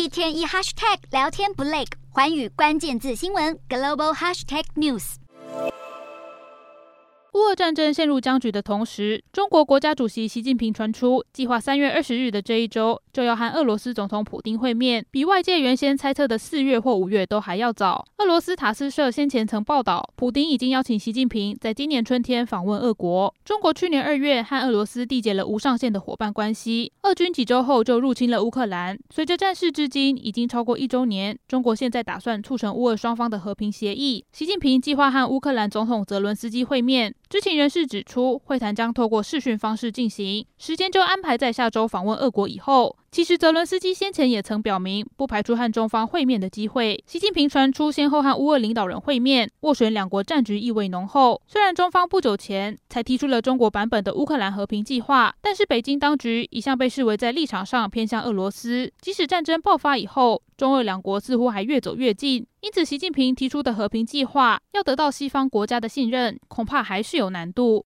一天一 hashtag 聊天不累，寰宇关键字新闻 global hashtag news。 乌俄战争陷入僵局的同时，中国国家主席习近平传出，计划3月20日的这一周就要和俄罗斯总统普丁会面，比外界原先猜测的4月或5月都还要早。俄罗斯塔斯社先前曾报道，普丁已经邀请习近平在今年春天访问俄国。中国去年2月和俄罗斯缔结了无上限的伙伴关系，俄军几周后就入侵了乌克兰。随着战事至今已经超过1周年，中国现在打算促成乌俄双方的和平协议。习近平计划和乌克兰总统泽伦斯基会面。知情人士指出，会谈将透过视讯方式进行，时间就安排在下周访问俄国以后。其实泽伦斯基先前也曾表明，不排除和中方会面的机会。习近平传出先后和乌俄领导人会面，斡旋两国战局意味浓厚。虽然中方不久前才提出了中国版本的乌克兰和平计划，但是北京当局一向被视为在立场上偏向俄罗斯。即使战争爆发以后，中俄两国似乎还越走越近，因此习近平提出的和平计划要得到西方国家的信任，恐怕还是有难度。